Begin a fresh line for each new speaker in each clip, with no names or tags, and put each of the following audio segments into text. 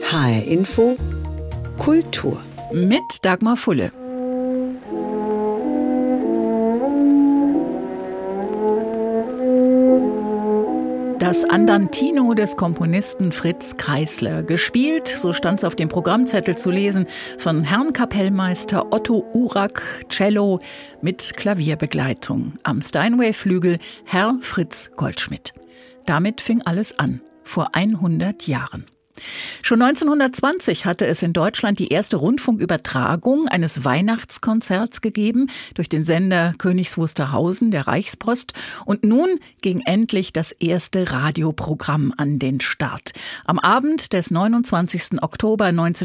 HR Info Kultur
mit Dagmar Fulle. Das Andantino des Komponisten Fritz Kreisler, gespielt, so stand es auf dem Programmzettel zu lesen, von Herrn Kapellmeister Otto Urak, Cello mit Klavierbegleitung. Am Steinway-Flügel Herr Fritz Goldschmidt. Damit fing alles an, vor 100 Jahren. Schon 1920 hatte es in Deutschland die erste Rundfunkübertragung eines Weihnachtskonzerts gegeben durch den Sender Königs Wusterhausen der Reichspost. Und nun ging endlich das erste Radioprogramm an den Start. Am Abend des 29. Oktober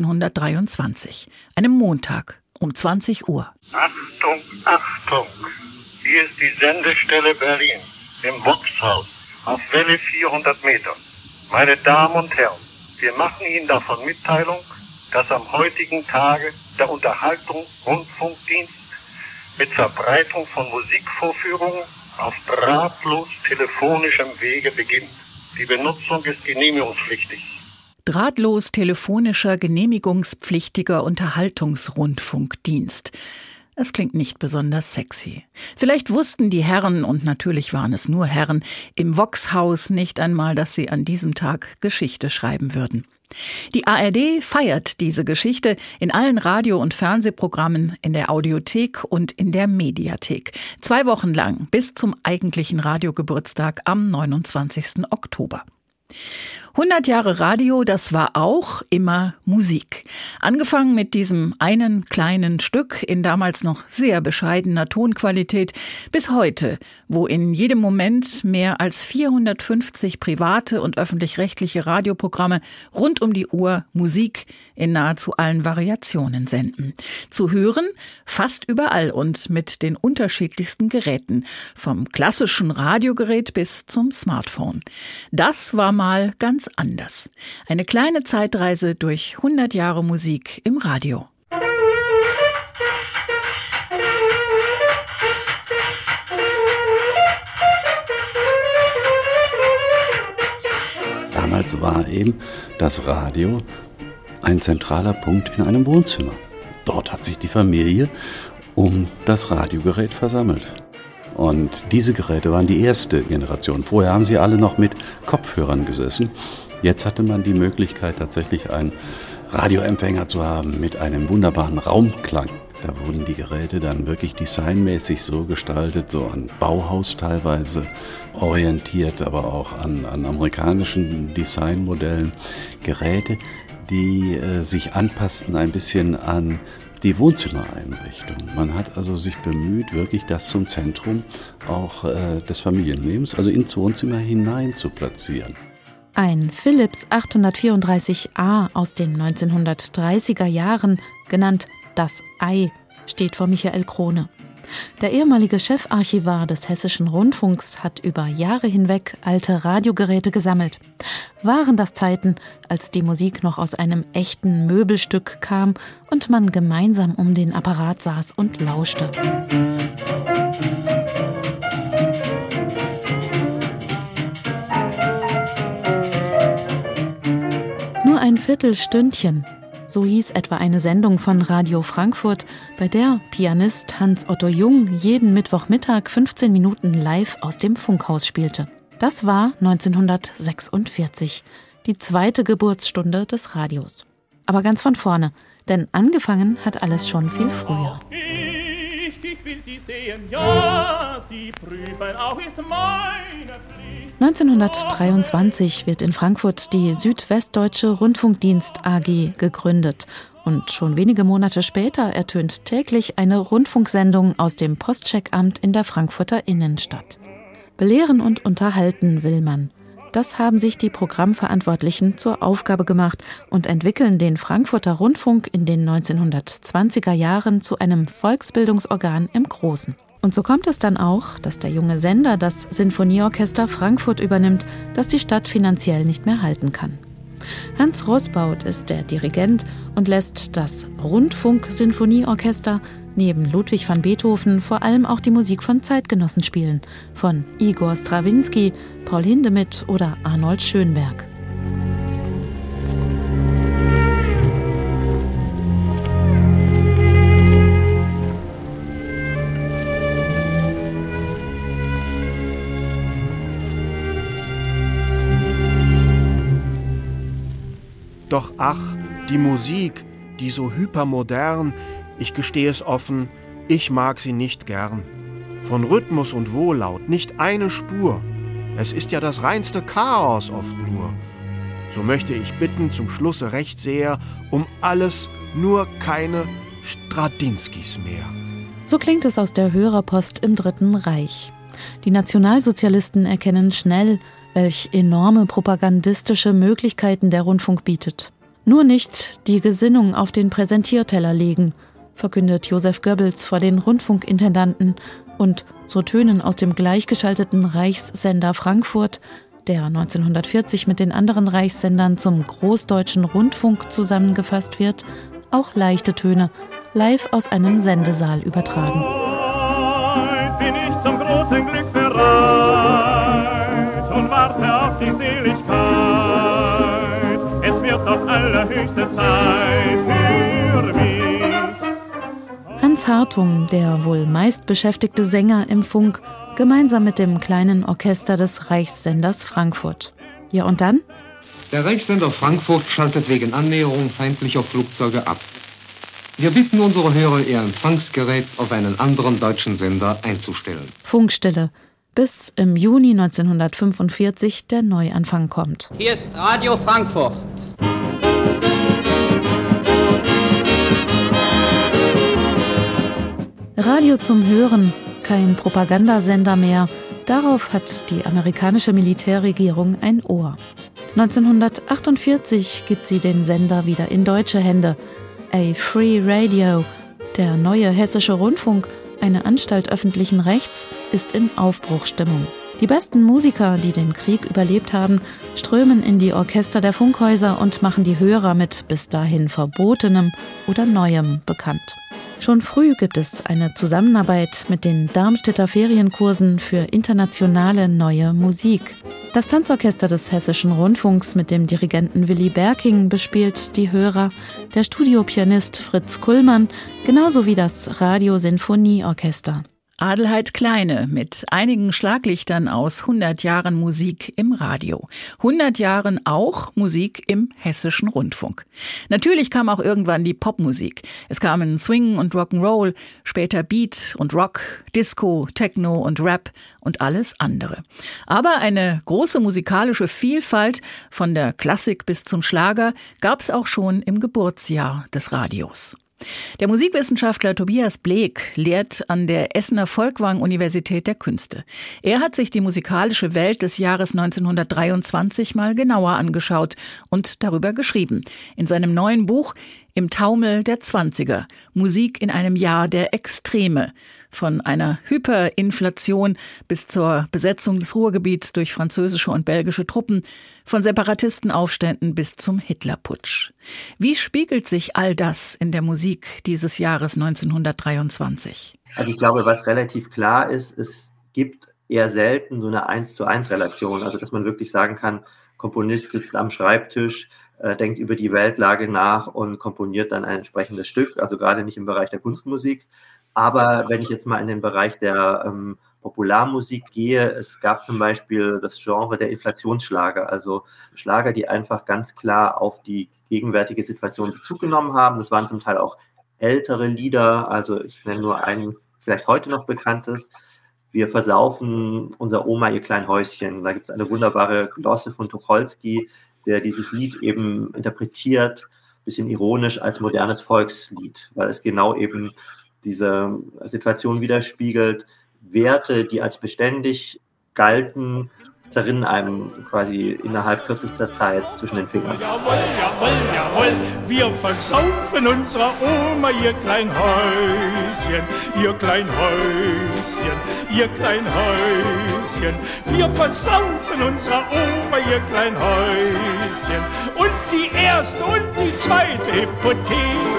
1923, einem Montag um 20 Uhr.
Achtung, Achtung! Hier ist die Sendestelle Berlin im Wuchshaus auf Welle 400 Meter. Meine Damen und Herren, wir machen Ihnen davon Mitteilung, dass am heutigen Tage der Unterhaltungsrundfunkdienst mit Verbreitung von Musikvorführungen auf drahtlos telefonischem Wege beginnt. Die Benutzung ist genehmigungspflichtig.
Drahtlos telefonischer, genehmigungspflichtiger Unterhaltungsrundfunkdienst. Es klingt nicht besonders sexy. Vielleicht wussten die Herren, und natürlich waren es nur Herren, im Wuchshaus nicht einmal, dass sie an diesem Tag Geschichte schreiben würden. Die ARD feiert diese Geschichte in allen Radio- und Fernsehprogrammen, in der Audiothek und in der Mediathek. 2 Wochen lang, bis zum eigentlichen Radiogeburtstag am 29. Oktober. 100 Jahre Radio, das war auch immer Musik. Angefangen mit diesem einen kleinen Stück in damals noch sehr bescheidener Tonqualität bis heute, wo in jedem Moment mehr als 450 private und öffentlich-rechtliche Radioprogramme rund um die Uhr Musik in nahezu allen Variationen senden. Zu hören fast überall und mit den unterschiedlichsten Geräten, vom klassischen Radiogerät bis zum Smartphone. Das war mal ganz anders. Eine kleine Zeitreise durch 100 Jahre Musik im Radio.
Damals war eben das Radio ein zentraler Punkt in einem Wohnzimmer. Dort hat sich die Familie um das Radiogerät versammelt. Und diese Geräte waren die erste Generation. Vorher haben sie alle noch mit Kopfhörern gesessen. Jetzt hatte man die Möglichkeit, tatsächlich einen Radioempfänger zu haben mit einem wunderbaren Raumklang. Da wurden die Geräte dann wirklich designmäßig so gestaltet, so an Bauhaus teilweise orientiert, aber auch an amerikanischen Designmodellen. Geräte, die sich anpassten ein bisschen an die Wohnzimmereinrichtung. Man hat also sich bemüht, wirklich das zum Zentrum auch des Familienlebens, also ins Wohnzimmer hinein zu platzieren.
Ein Philips 834A aus den 1930er Jahren, genannt Das Ei, steht vor Michael Krone. Der ehemalige Chefarchivar des Hessischen Rundfunks hat über Jahre hinweg alte Radiogeräte gesammelt. Waren das Zeiten, als die Musik noch aus einem echten Möbelstück kam und man gemeinsam um den Apparat saß und lauschte. Nur ein Viertelstündchen. So hieß etwa eine Sendung von Radio Frankfurt, bei der Pianist Hans-Otto Jung jeden Mittwochmittag 15 Minuten live aus dem Funkhaus spielte. Das war 1946, die 2. Geburtsstunde des Radios. Aber ganz von vorne, denn angefangen hat alles schon viel früher.
Ich will Sie sehen, ja, Sie prüfen, auch ist meine Pflicht.
1923 wird in Frankfurt die Südwestdeutsche Rundfunkdienst AG gegründet. Und schon wenige Monate später ertönt täglich eine Rundfunksendung aus dem Postcheckamt in der Frankfurter Innenstadt. Belehren und unterhalten will man. Das haben sich die Programmverantwortlichen zur Aufgabe gemacht und entwickeln den Frankfurter Rundfunk in den 1920er Jahren zu einem Volksbildungsorgan im Großen. Und so kommt es dann auch, dass der junge Sender das Sinfonieorchester Frankfurt übernimmt, das die Stadt finanziell nicht mehr halten kann. Hans Rosbaud ist der Dirigent und lässt das Rundfunk-Sinfonieorchester neben Ludwig van Beethoven vor allem auch die Musik von Zeitgenossen spielen, von Igor Strawinski, Paul Hindemith oder Arnold Schönberg.
Doch ach, die Musik, die so hypermodern, ich gestehe es offen, ich mag sie nicht gern. Von Rhythmus und Wohllaut nicht eine Spur. Es ist ja das reinste Chaos oft nur. So möchte ich bitten zum Schlusse recht sehr, um alles, nur keine Stradinskys mehr.
So klingt es aus der Hörerpost im Dritten Reich. Die Nationalsozialisten erkennen schnell, welch enorme propagandistische Möglichkeiten der Rundfunk bietet. Nur nicht die Gesinnung auf den Präsentierteller legen, verkündet Joseph Goebbels vor den Rundfunkintendanten, und so tönen aus dem gleichgeschalteten Reichssender Frankfurt, der 1940 mit den anderen Reichssendern zum Großdeutschen Rundfunk zusammengefasst wird, auch leichte Töne, live aus einem Sendesaal übertragen.
Heute bin ich zum großen Glück bereit und warte auf die Seligkeit. Es wird doch allerhöchste Zeit für mich.
Hans Hartung, der wohl meistbeschäftigte Sänger im Funk, gemeinsam mit dem kleinen Orchester des Reichssenders Frankfurt. Ja, und dann?
Der Reichssender Frankfurt schaltet wegen Annäherung feindlicher Flugzeuge ab. Wir bitten unsere Hörer, ihr Empfangsgerät auf einen anderen deutschen Sender einzustellen.
Funkstille, bis im Juni 1945 der Neuanfang kommt.
Hier ist Radio Frankfurt.
Radio zum Hören, kein Propagandasender mehr. Darauf hat die amerikanische Militärregierung ein Ohr. 1948 gibt sie den Sender wieder in deutsche Hände. A Free Radio, der neue hessische Rundfunk, eine Anstalt öffentlichen Rechts, ist in Aufbruchsstimmung. Die besten Musiker, die den Krieg überlebt haben, strömen in die Orchester der Funkhäuser und machen die Hörer mit bis dahin Verbotenem oder Neuem bekannt. Schon früh gibt es eine Zusammenarbeit mit den Darmstädter Ferienkursen für internationale neue Musik. Das Tanzorchester des Hessischen Rundfunks mit dem Dirigenten Willy Berking bespielt die Hörer, der Studiopianist Fritz Kullmann, genauso wie das Radio-Sinfonieorchester.
Adelheid Kleine mit einigen Schlaglichtern aus 100 Jahren Musik im Radio. 100 Jahren auch Musik im Hessischen Rundfunk. Natürlich kam auch irgendwann die Popmusik. Es kamen Swing und Rock'n'Roll, später Beat und Rock, Disco, Techno und Rap und alles andere. Aber eine große musikalische Vielfalt, von der Klassik bis zum Schlager, gab's auch schon im Geburtsjahr des Radios. Der Musikwissenschaftler Tobias Bleek lehrt an der Essener Folkwang-Universität der Künste. Er hat sich die musikalische Welt des Jahres 1923 mal genauer angeschaut und darüber geschrieben. In seinem neuen Buch Im Taumel der 20er. Musik in einem Jahr der Extreme. Von einer Hyperinflation bis zur Besetzung des Ruhrgebiets durch französische und belgische Truppen, von Separatistenaufständen bis zum Hitlerputsch. Wie spiegelt sich all das in der Musik dieses Jahres 1923?
Also ich glaube, was relativ klar ist, es gibt eher selten so eine 1:1 Relation. Also dass man wirklich sagen kann, Komponist sitzt am Schreibtisch, denkt über die Weltlage nach und komponiert dann ein entsprechendes Stück, also gerade nicht im Bereich der Kunstmusik. Aber wenn ich jetzt mal in den Bereich der Popularmusik gehe, es gab zum Beispiel das Genre der Inflationsschlager, also Schlager, die einfach ganz klar auf die gegenwärtige Situation Bezug genommen haben. Das waren zum Teil auch ältere Lieder, also ich nenne nur ein vielleicht heute noch bekanntes. Wir versaufen unser Oma ihr klein Häuschen. Da gibt es eine wunderbare Glosse von Tucholsky, der dieses Lied eben interpretiert, ein bisschen ironisch als modernes Volkslied, weil es genau eben diese Situation widerspiegelt. Werte, die als beständig galten, zerrinnen einem quasi innerhalb kürzester Zeit zwischen den Fingern.
Jawohl, jawohl, jawohl, wir versaufen unserer Oma ihr klein Häuschen, ihr klein Häuschen, ihr klein Häuschen. Wir versaufen unserer Oma ihr klein Häuschen und die erste und die zweite Hypothek.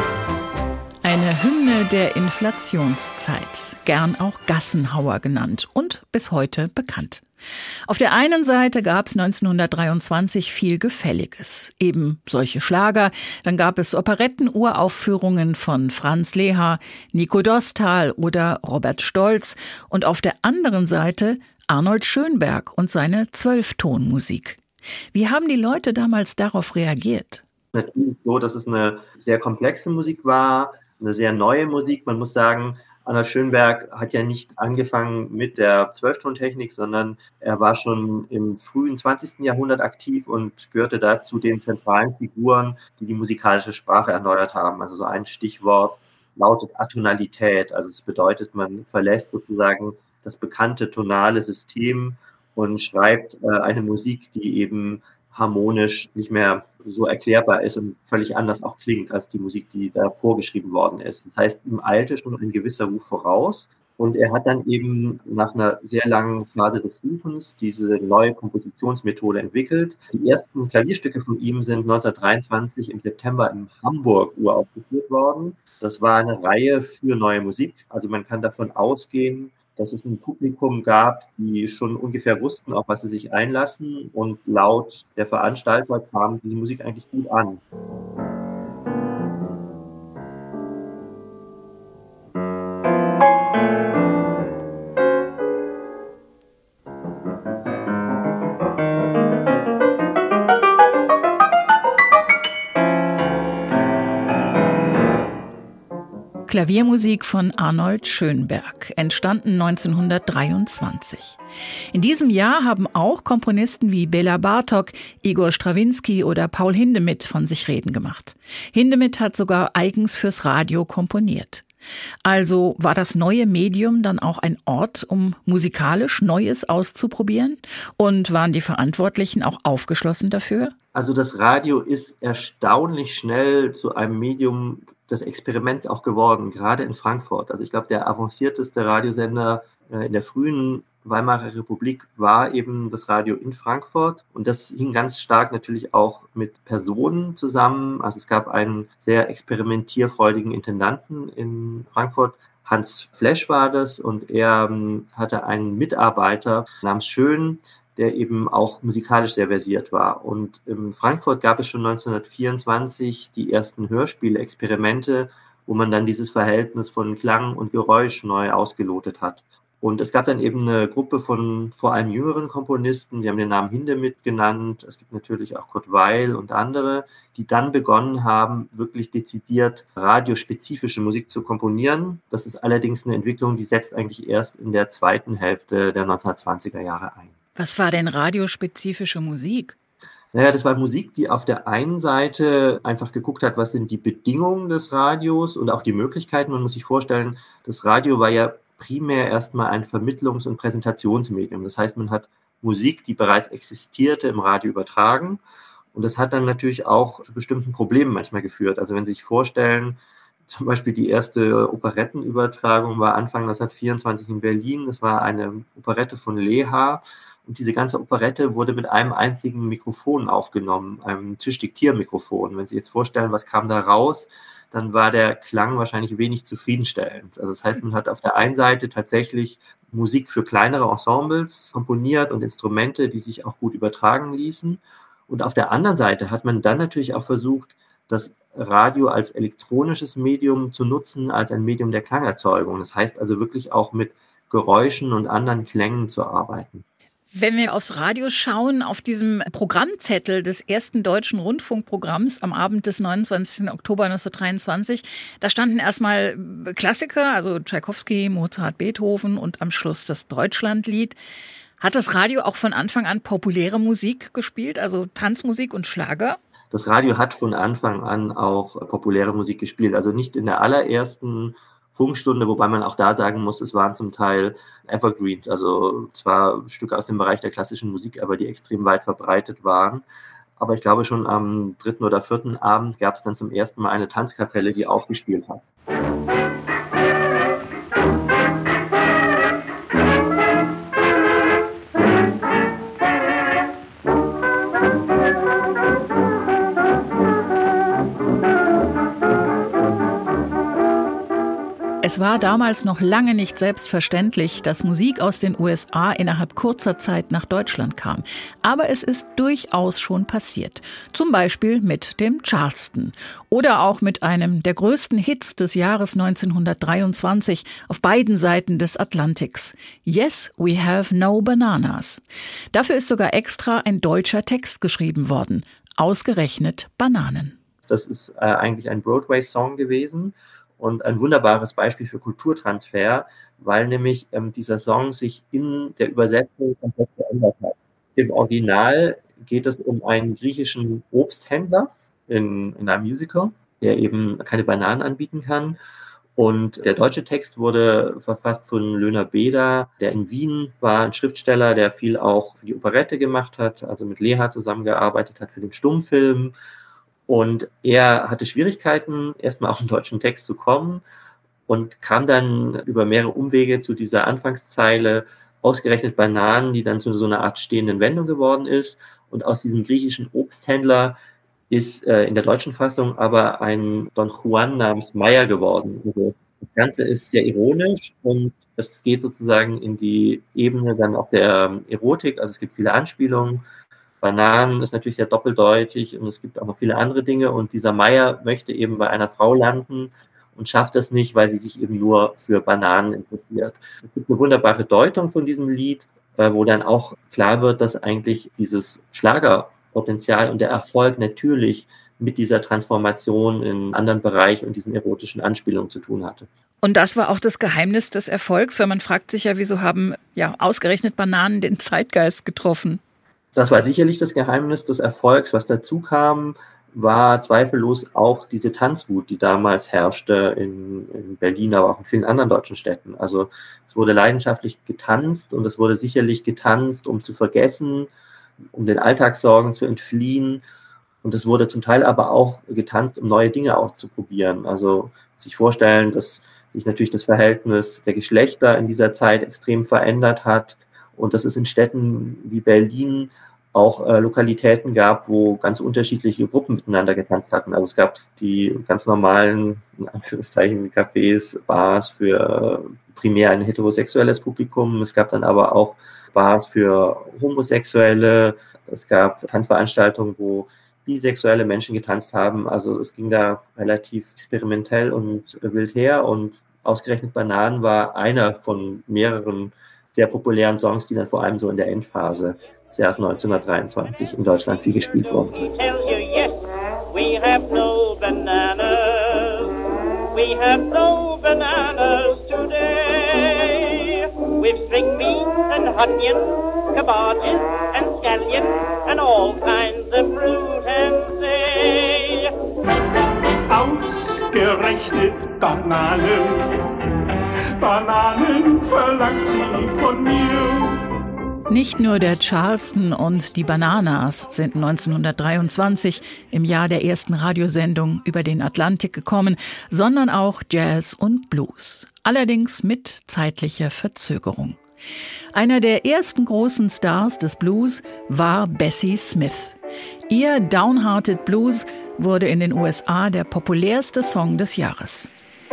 Eine Hymne der Inflationszeit, gern auch Gassenhauer genannt und bis heute bekannt. Auf der einen Seite gab es 1923 viel Gefälliges, eben solche Schlager. Dann gab es Operetten-Uraufführungen von Franz Leha, Nico Dostal oder Robert Stolz. Und auf der anderen Seite Arnold Schönberg und seine 12-Ton-Musik. Wie haben die Leute damals darauf reagiert?
Natürlich so, dass es eine sehr komplexe Musik war, eine sehr neue Musik. Man muss sagen, Arnold Schönberg hat ja nicht angefangen mit der Zwölftontechnik, sondern er war schon im frühen 20. Jahrhundert aktiv und gehörte dazu den zentralen Figuren, die musikalische Sprache erneuert haben. Also so ein Stichwort lautet Atonalität. Also es bedeutet, man verlässt sozusagen das bekannte tonale System und schreibt eine Musik, die eben harmonisch nicht mehr so erklärbar ist und völlig anders auch klingt als die Musik, die da vorgeschrieben worden ist. Das heißt, ihm eilte schon ein gewisser Ruf voraus und er hat dann eben nach einer sehr langen Phase des Suchens diese neue Kompositionsmethode entwickelt. Die ersten Klavierstücke von ihm sind 1923 im September in Hamburg uraufgeführt worden. Das war eine Reihe für neue Musik. Also man kann davon ausgehen, dass es ein Publikum gab, die schon ungefähr wussten, auf was sie sich einlassen. Und laut der Veranstalter kam diese Musik eigentlich gut an.
Klaviermusik von Arnold Schönberg, entstanden 1923. In diesem Jahr haben auch Komponisten wie Bela Bartok, Igor Strawinski oder Paul Hindemith von sich reden gemacht. Hindemith hat sogar eigens fürs Radio komponiert. Also war das neue Medium dann auch ein Ort, um musikalisch Neues auszuprobieren? Und waren die Verantwortlichen auch aufgeschlossen dafür?
Also das Radio ist erstaunlich schnell zu einem Medium des Experiments auch geworden, gerade in Frankfurt. Also ich glaube, der avancierteste Radiosender in der frühen Weimarer Republik war eben das Radio in Frankfurt. Und das hing ganz stark natürlich auch mit Personen zusammen. Also es gab einen sehr experimentierfreudigen Intendanten in Frankfurt. Hans Flesch war das und er hatte einen Mitarbeiter namens Schön, der eben auch musikalisch sehr versiert war. Und in Frankfurt gab es schon 1924 die ersten Hörspielexperimente, wo man dann dieses Verhältnis von Klang und Geräusch neu ausgelotet hat. Und es gab dann eben eine Gruppe von vor allem jüngeren Komponisten, die haben den Namen Hindemith genannt, es gibt natürlich auch Kurt Weill und andere, die dann begonnen haben, wirklich dezidiert radiospezifische Musik zu komponieren. Das ist allerdings eine Entwicklung, die setzt eigentlich erst in der zweiten Hälfte der 1920er Jahre ein.
Was war denn radiospezifische Musik?
Naja, das war Musik, die auf der einen Seite einfach geguckt hat, was sind die Bedingungen des Radios und auch die Möglichkeiten. Man muss sich vorstellen, das Radio war ja primär erstmal ein Vermittlungs- und Präsentationsmedium. Das heißt, man hat Musik, die bereits existierte, im Radio übertragen. Und das hat dann natürlich auch zu bestimmten Problemen manchmal geführt. Also wenn Sie sich vorstellen, zum Beispiel die erste Operettenübertragung war Anfang 1924 in Berlin. Das war eine Operette von Leha. Und diese ganze Operette wurde mit einem einzigen Mikrofon aufgenommen, einem Tischdiktiermikrofon. Wenn Sie jetzt vorstellen, was kam da raus, dann war der Klang wahrscheinlich wenig zufriedenstellend. Also das heißt, man hat auf der einen Seite tatsächlich Musik für kleinere Ensembles komponiert und Instrumente, die sich auch gut übertragen ließen. Und auf der anderen Seite hat man dann natürlich auch versucht, das Radio als elektronisches Medium zu nutzen, als ein Medium der Klangerzeugung. Das heißt also wirklich auch mit Geräuschen und anderen Klängen zu arbeiten.
Wenn wir aufs Radio schauen, auf diesem Programmzettel des ersten deutschen Rundfunkprogramms am Abend des 29. Oktober 1923, da standen erstmal Klassiker, also Tschaikowski, Mozart, Beethoven und am Schluss das Deutschlandlied. Hat das Radio auch von Anfang an populäre Musik gespielt, also Tanzmusik und Schlager?
Das Radio hat von Anfang an auch populäre Musik gespielt, also nicht in der allerersten Funkstunde, wobei man auch da sagen muss, es waren zum Teil Evergreens, also zwar Stücke aus dem Bereich der klassischen Musik, aber die extrem weit verbreitet waren. Aber ich glaube, schon am 3. oder 4. Abend gab es dann zum ersten Mal eine Tanzkapelle, die aufgespielt hat.
Es war damals noch lange nicht selbstverständlich, dass Musik aus den USA innerhalb kurzer Zeit nach Deutschland kam. Aber es ist durchaus schon passiert. Zum Beispiel mit dem Charleston. Oder auch mit einem der größten Hits des Jahres 1923 auf beiden Seiten des Atlantiks. Yes, we have no bananas. Dafür ist sogar extra ein deutscher Text geschrieben worden. Ausgerechnet Bananen.
Das ist eigentlich ein Broadway-Song gewesen und ein wunderbares Beispiel für Kulturtransfer, weil nämlich dieser Song sich in der Übersetzung komplett geändert hat. Im Original geht es um einen griechischen Obsthändler in einem Musical, der eben keine Bananen anbieten kann. Und der deutsche Text wurde verfasst von Löhner Beda, der in Wien war, ein Schriftsteller, der viel auch für die Operette gemacht hat, also mit Leha zusammengearbeitet hat für den Stummfilm. Und er hatte Schwierigkeiten, erstmal auf den deutschen Text zu kommen und kam dann über mehrere Umwege zu dieser Anfangszeile, ausgerechnet Bananen, die dann zu so einer Art stehenden Wendung geworden ist. Und aus diesem griechischen Obsthändler ist in der deutschen Fassung aber ein Don Juan namens Meyer geworden. Also das Ganze ist sehr ironisch und es geht sozusagen in die Ebene dann auch der Erotik. Also es gibt viele Anspielungen. Bananen ist natürlich sehr doppeldeutig und es gibt auch noch viele andere Dinge. Und dieser Meyer möchte eben bei einer Frau landen und schafft das nicht, weil sie sich eben nur für Bananen interessiert. Es gibt eine wunderbare Deutung von diesem Lied, wo dann auch klar wird, dass eigentlich dieses Schlagerpotenzial und der Erfolg natürlich mit dieser Transformation in einen anderen Bereich und diesen erotischen Anspielungen zu tun hatte.
Und das war auch das Geheimnis des Erfolgs, weil man fragt sich ja, wieso haben ausgerechnet Bananen den Zeitgeist getroffen?
Das war sicherlich das Geheimnis des Erfolgs. Was dazu kam, war zweifellos auch diese Tanzwut, die damals herrschte in Berlin, aber auch in vielen anderen deutschen Städten. Also es wurde leidenschaftlich getanzt und es wurde sicherlich getanzt, um zu vergessen, um den Alltagssorgen zu entfliehen. Und es wurde zum Teil aber auch getanzt, um neue Dinge auszuprobieren. Also sich vorstellen, dass sich natürlich das Verhältnis der Geschlechter in dieser Zeit extrem verändert hat und dass es in Städten wie Berlin auch Lokalitäten gab, wo ganz unterschiedliche Gruppen miteinander getanzt hatten. Also es gab die ganz normalen, in Anführungszeichen, Cafés, Bars für primär ein heterosexuelles Publikum. Es gab dann aber auch Bars für Homosexuelle. Es gab Tanzveranstaltungen, wo bisexuelle Menschen getanzt haben. Also es ging da relativ experimentell und wild her. Und ausgerechnet Bananen war einer von mehreren sehr populären Songs, die dann vor allem so in der Endphase des Jahres 1923 in Deutschland viel gespielt wurden.
Ausgerechnet Bananen verlangt sie von mir.
Nicht nur der Charleston und die Bananas sind 1923 im Jahr der ersten Radiosendung über den Atlantik gekommen, sondern auch Jazz und Blues. Allerdings mit zeitlicher Verzögerung. Einer der ersten großen Stars des Blues war Bessie Smith. Ihr Downhearted Blues wurde in den USA der populärste Song des Jahres.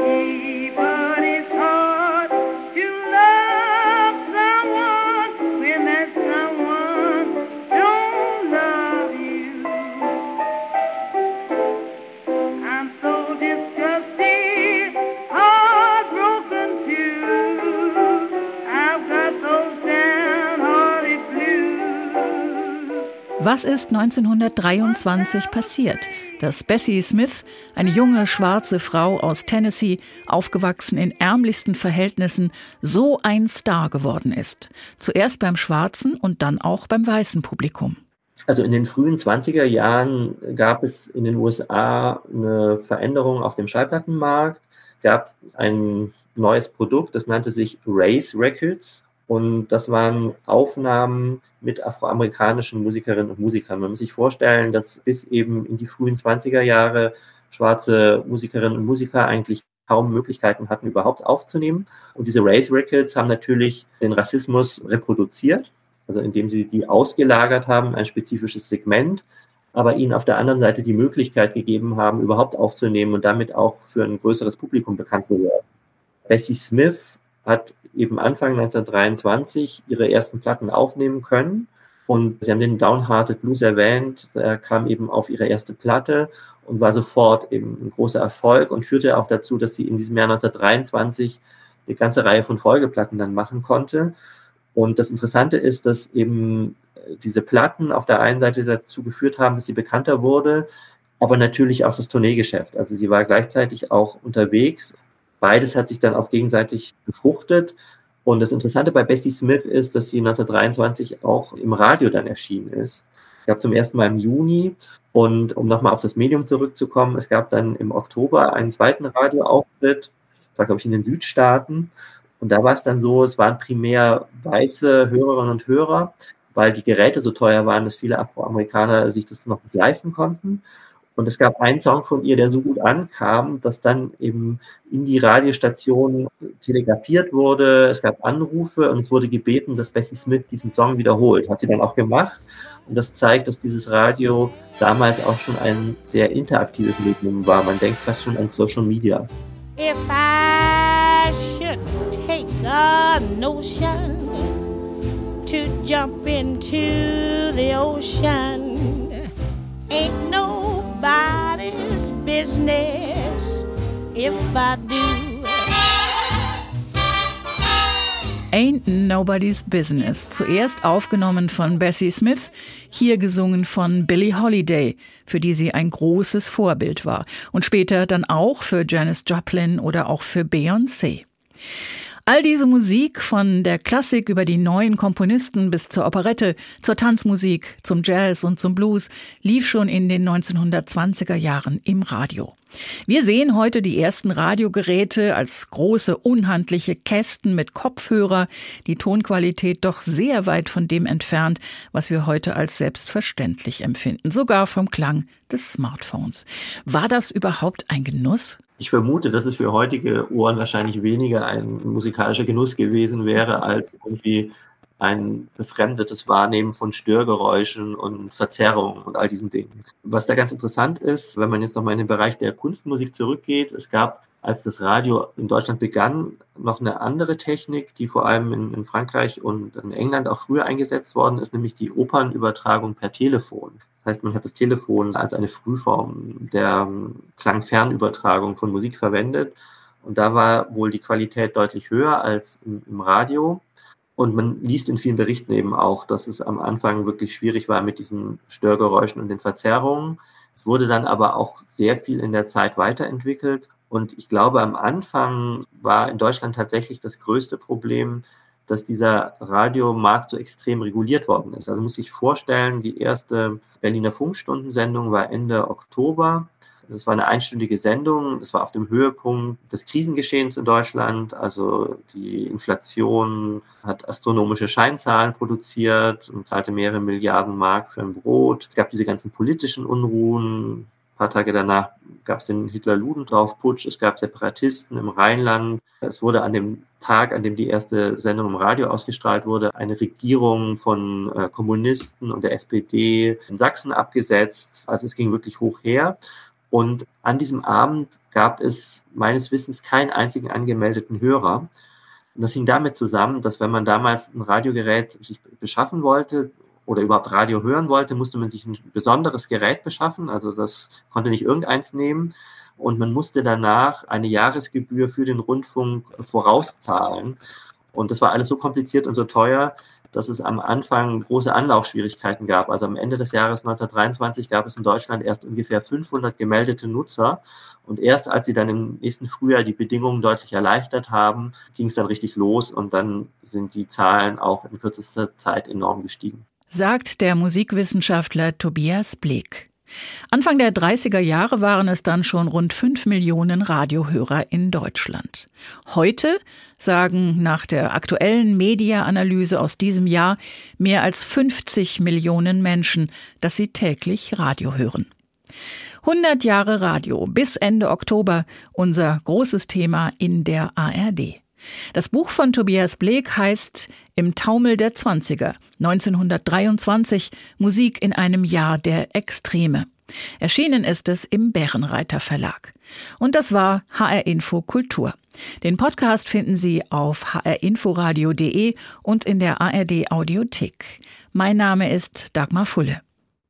Was ist 1923 passiert, dass Bessie Smith, eine junge schwarze Frau aus Tennessee, aufgewachsen in ärmlichsten Verhältnissen, so ein Star geworden ist? Zuerst beim schwarzen und dann auch beim weißen Publikum.
Also in den frühen 20er Jahren gab es in den USA eine Veränderung auf dem Schallplattenmarkt. Es gab ein neues Produkt, das nannte sich Race Records. Und das waren Aufnahmen mit afroamerikanischen Musikerinnen und Musikern. Man muss sich vorstellen, dass bis eben in die frühen 20er Jahre schwarze Musikerinnen und Musiker eigentlich kaum Möglichkeiten hatten, überhaupt aufzunehmen. Und diese Race Records haben natürlich den Rassismus reproduziert, also indem sie die ausgelagert haben, ein spezifisches Segment, aber ihnen auf der anderen Seite die Möglichkeit gegeben haben, überhaupt aufzunehmen und damit auch für ein größeres Publikum bekannt zu werden. Bessie Smith hat eben Anfang 1923 ihre ersten Platten aufnehmen können. Und Sie haben den Downhearted Blues erwähnt, der kam eben auf ihre erste Platte und war sofort eben ein großer Erfolg und führte auch dazu, dass sie in diesem Jahr 1923 eine ganze Reihe von Folgeplatten dann machen konnte. Und das Interessante ist, dass eben diese Platten auf der einen Seite dazu geführt haben, dass sie bekannter wurde, aber natürlich auch das Tourneegeschäft. Also sie war gleichzeitig auch unterwegs. Beides hat sich dann auch gegenseitig befruchtet. Und das Interessante bei Bessie Smith ist, dass sie 1923 auch im Radio dann erschienen ist. Ich glaube zum ersten Mal im Juni. Und um nochmal auf das Medium zurückzukommen, es gab dann im Oktober einen zweiten Radioauftritt, das war glaube ich in den Südstaaten. Und da war es dann so, es waren primär weiße Hörerinnen und Hörer, weil die Geräte so teuer waren, dass viele Afroamerikaner sich das noch nicht leisten konnten. Und es gab einen Song von ihr, der so gut ankam, dass dann eben in die Radiostation telegrafiert wurde. Es gab Anrufe und es wurde gebeten, dass Bessie Smith diesen Song wiederholt. Hat sie dann auch gemacht. Und das zeigt, dass dieses Radio damals auch schon ein sehr interaktives Medium war. Man denkt fast schon an Social Media.
If I should take a notion to jump into the ocean, ain't nobody's business if I do.
Ain't Nobody's Business. Zuerst aufgenommen von Bessie Smith, hier gesungen von Billie Holiday, für die sie ein großes Vorbild war. Und später dann auch für Janis Joplin oder auch für Beyoncé. All diese Musik, von der Klassik über die neuen Komponisten bis zur Operette, zur Tanzmusik, zum Jazz und zum Blues, lief schon in den 1920er Jahren im Radio. Wir sehen heute die ersten Radiogeräte als große, unhandliche Kästen mit Kopfhörer, die Tonqualität doch sehr weit von dem entfernt, was wir heute als selbstverständlich empfinden, sogar vom Klang des Smartphones. War das überhaupt ein Genuss?
Ich vermute, dass es für heutige Ohren wahrscheinlich weniger ein musikalischer Genuss gewesen wäre, als irgendwie ein befremdetes Wahrnehmen von Störgeräuschen und Verzerrungen und all diesen Dingen. Was da ganz interessant ist, wenn man jetzt nochmal in den Bereich der Kunstmusik zurückgeht, es gab, als das Radio in Deutschland begann, noch eine andere Technik, die vor allem in Frankreich und in England auch früher eingesetzt worden ist, nämlich die Opernübertragung per Telefon. Das heißt, man hat das Telefon als eine Frühform der Klangfernübertragung von Musik verwendet. Und da war wohl die Qualität deutlich höher als im Radio. Und man liest in vielen Berichten eben auch, dass es am Anfang wirklich schwierig war mit diesen Störgeräuschen und den Verzerrungen. Es wurde dann aber auch sehr viel in der Zeit weiterentwickelt. Und ich glaube, am Anfang war in Deutschland tatsächlich das größte Problem, dass dieser Radiomarkt so extrem reguliert worden ist. Also man muss sich vorstellen, die erste Berliner Funkstundensendung war Ende Oktober. Das war eine einstündige Sendung. Das war auf dem Höhepunkt des Krisengeschehens in Deutschland. Also die Inflation hat astronomische Scheinzahlen produziert und zahlte mehrere Milliarden Mark für ein Brot. Es gab diese ganzen politischen Unruhen. Ein paar Tage danach gab es den Hitler-Ludendorff-Putsch. Es gab Separatisten im Rheinland. Es wurde an dem Tag, an dem die erste Sendung im Radio ausgestrahlt wurde, eine Regierung von Kommunisten und der SPD in Sachsen abgesetzt. Also es ging wirklich hoch her. Und an diesem Abend gab es meines Wissens keinen einzigen angemeldeten Hörer. Und das hing damit zusammen, dass wenn man damals ein Radiogerät sich beschaffen wollte oder überhaupt Radio hören wollte, musste man sich ein besonderes Gerät beschaffen. Also das konnte nicht irgendeins nehmen. Und man musste danach eine Jahresgebühr für den Rundfunk vorauszahlen. Und das war alles so kompliziert und so teuer, dass es am Anfang große Anlaufschwierigkeiten gab. Also am Ende des Jahres 1923 gab es in Deutschland erst ungefähr 500 gemeldete Nutzer. Und erst als sie dann im nächsten Frühjahr die Bedingungen deutlich erleichtert haben, ging es dann richtig los. Und dann sind die Zahlen auch in kürzester Zeit enorm gestiegen.
Sagt der Musikwissenschaftler Tobias Bleek. Anfang der 30er Jahre waren es dann schon rund 5 Millionen Radiohörer in Deutschland. Heute sagen nach der aktuellen Media-Analyse aus diesem Jahr mehr als 50 Millionen Menschen, dass sie täglich Radio hören. 100 Jahre Radio bis Ende Oktober, unser großes Thema in der ARD. Das Buch von Tobias Bleek heißt »Im Taumel der 20er, 1923, Musik in einem Jahr der Extreme«. Erschienen ist es im Bärenreiter Verlag. Und das war HR Info Kultur. Den Podcast finden Sie auf hrinforadio.de und in der ARD Audiothek. Mein Name ist Dagmar Fulle.